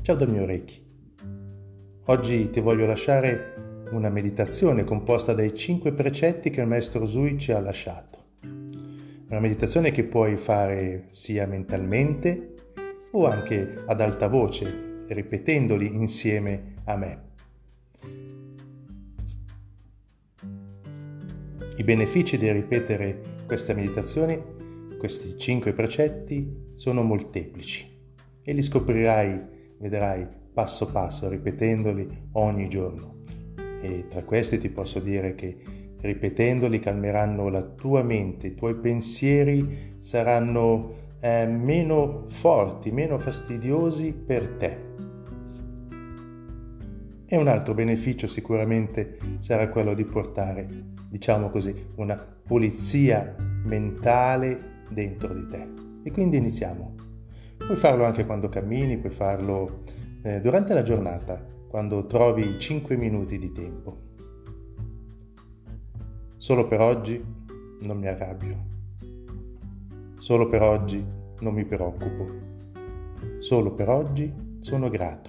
Ciao dal mio Reiki. Oggi ti voglio lasciare una meditazione composta dai 5 precetti che il maestro Usui ci ha lasciato. Una meditazione che puoi fare sia mentalmente o anche ad alta voce, ripetendoli insieme a me. I benefici di ripetere questa meditazione, questi 5 precetti, sono molteplici e li scoprirai, vedrai passo passo, ripetendoli ogni giorno. E tra questi ti posso dire che ripetendoli calmeranno la tua mente, i tuoi pensieri saranno meno forti, meno fastidiosi per te. E un altro beneficio sicuramente sarà quello di portare, diciamo così, una pulizia mentale dentro di te. E quindi iniziamo. Puoi farlo anche quando cammini, puoi farlo durante la giornata, quando trovi 5 minuti di tempo. Solo per oggi non mi arrabbio. Solo per oggi non mi preoccupo. Solo per oggi sono grato.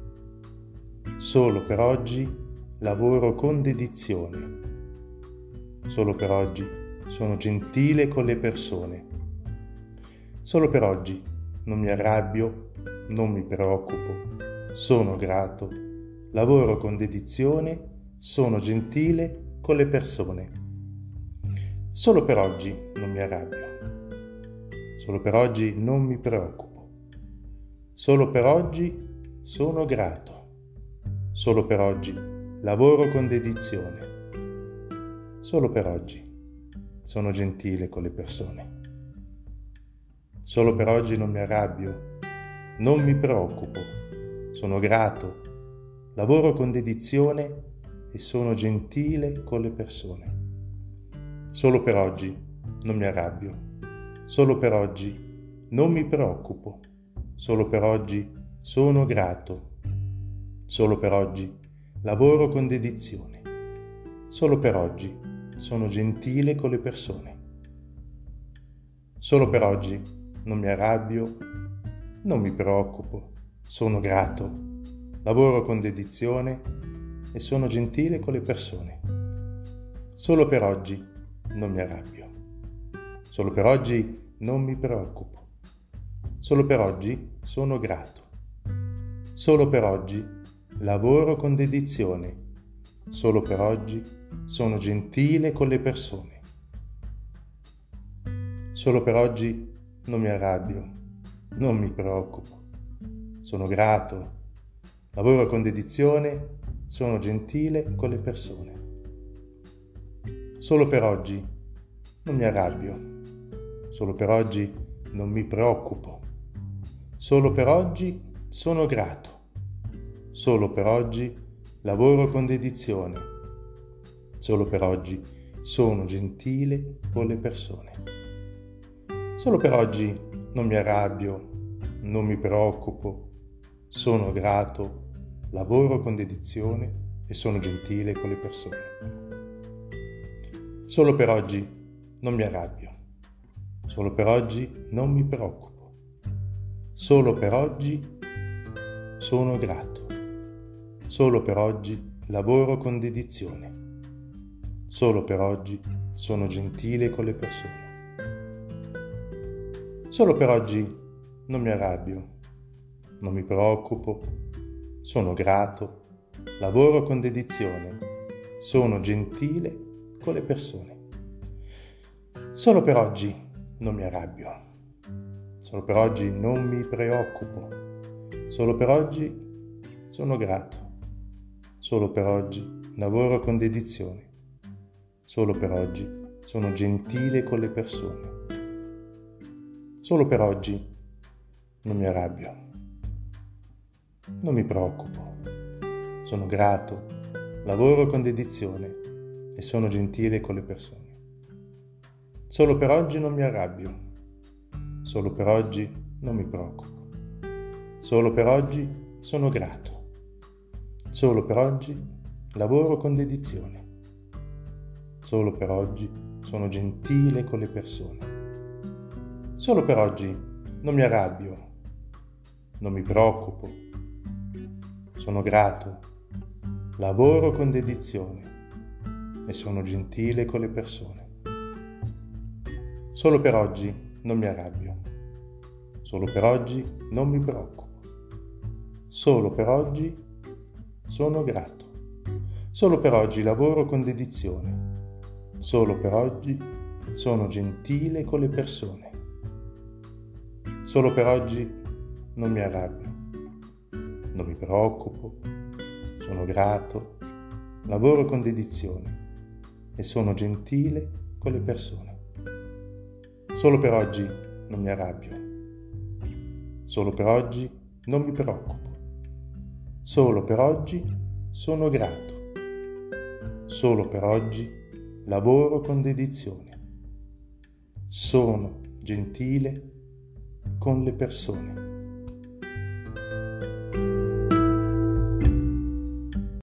Solo per oggi lavoro con dedizione. Solo per oggi sono gentile con le persone. Solo per oggi non mi arrabbio, non mi preoccupo, sono grato, lavoro con dedizione, sono gentile con le persone. Solo per oggi non mi arrabbio. Solo per oggi non mi preoccupo. Solo per oggi sono grato. Solo per oggi lavoro con dedizione. Solo per oggi sono gentile con le persone. Solo per oggi non mi arrabbio, non mi preoccupo, sono grato, lavoro con dedizione e sono gentile con le persone. Solo per oggi non mi arrabbio, solo per oggi non mi preoccupo, solo per oggi sono grato. Solo per oggi lavoro con dedizione. Solo per oggi sono gentile con le persone. Solo per oggi non mi arrabbio, non mi preoccupo, sono grato, lavoro con dedizione e sono gentile con le persone. Solo per oggi non mi arrabbio. Solo per oggi non mi preoccupo. Solo per oggi sono grato. Solo per oggi lavoro con dedizione. Solo per oggi sono gentile con le persone. Solo per oggi non mi arrabbio, non mi preoccupo. Sono grato, lavoro con dedizione, sono gentile con le persone. Solo per oggi non mi arrabbio. Solo per oggi non mi preoccupo. Solo per oggi sono grato. Solo per oggi lavoro con dedizione. Solo per oggi sono gentile con le persone. Solo per oggi non mi arrabbio, non mi preoccupo, sono grato, lavoro con dedizione e sono gentile con le persone. Solo per oggi non mi arrabbio. Solo per oggi non mi preoccupo. Solo per oggi sono grato. Solo per oggi lavoro con dedizione. Solo per oggi sono gentile con le persone. Solo per oggi non mi arrabbio, non mi preoccupo, sono grato, lavoro con dedizione, sono gentile con le persone. Solo per oggi non mi arrabbio. Solo per oggi non mi preoccupo. Solo per oggi sono grato. Solo per oggi lavoro con dedizione. Solo per oggi sono gentile con le persone. Solo per oggi non mi arrabbio. Non mi preoccupo. Sono grato, lavoro con dedizione e sono gentile con le persone. Solo per oggi non mi arrabbio. Solo per oggi non mi preoccupo. Solo per oggi sono grato. Solo per oggi lavoro con dedizione. Solo per oggi sono gentile con le persone. Solo per oggi non mi arrabbio, non mi preoccupo, sono grato, lavoro con dedizione e sono gentile con le persone. Solo per oggi non mi arrabbio, solo per oggi non mi preoccupo, solo per oggi sono grato, solo per oggi lavoro con dedizione, solo per oggi sono gentile con le persone. Solo per oggi non mi arrabbio, non mi preoccupo, sono grato, lavoro con dedizione e sono gentile con le persone. Solo per oggi non mi arrabbio, solo per oggi non mi preoccupo, solo per oggi sono grato, solo per oggi lavoro con dedizione, sono gentile con le persone.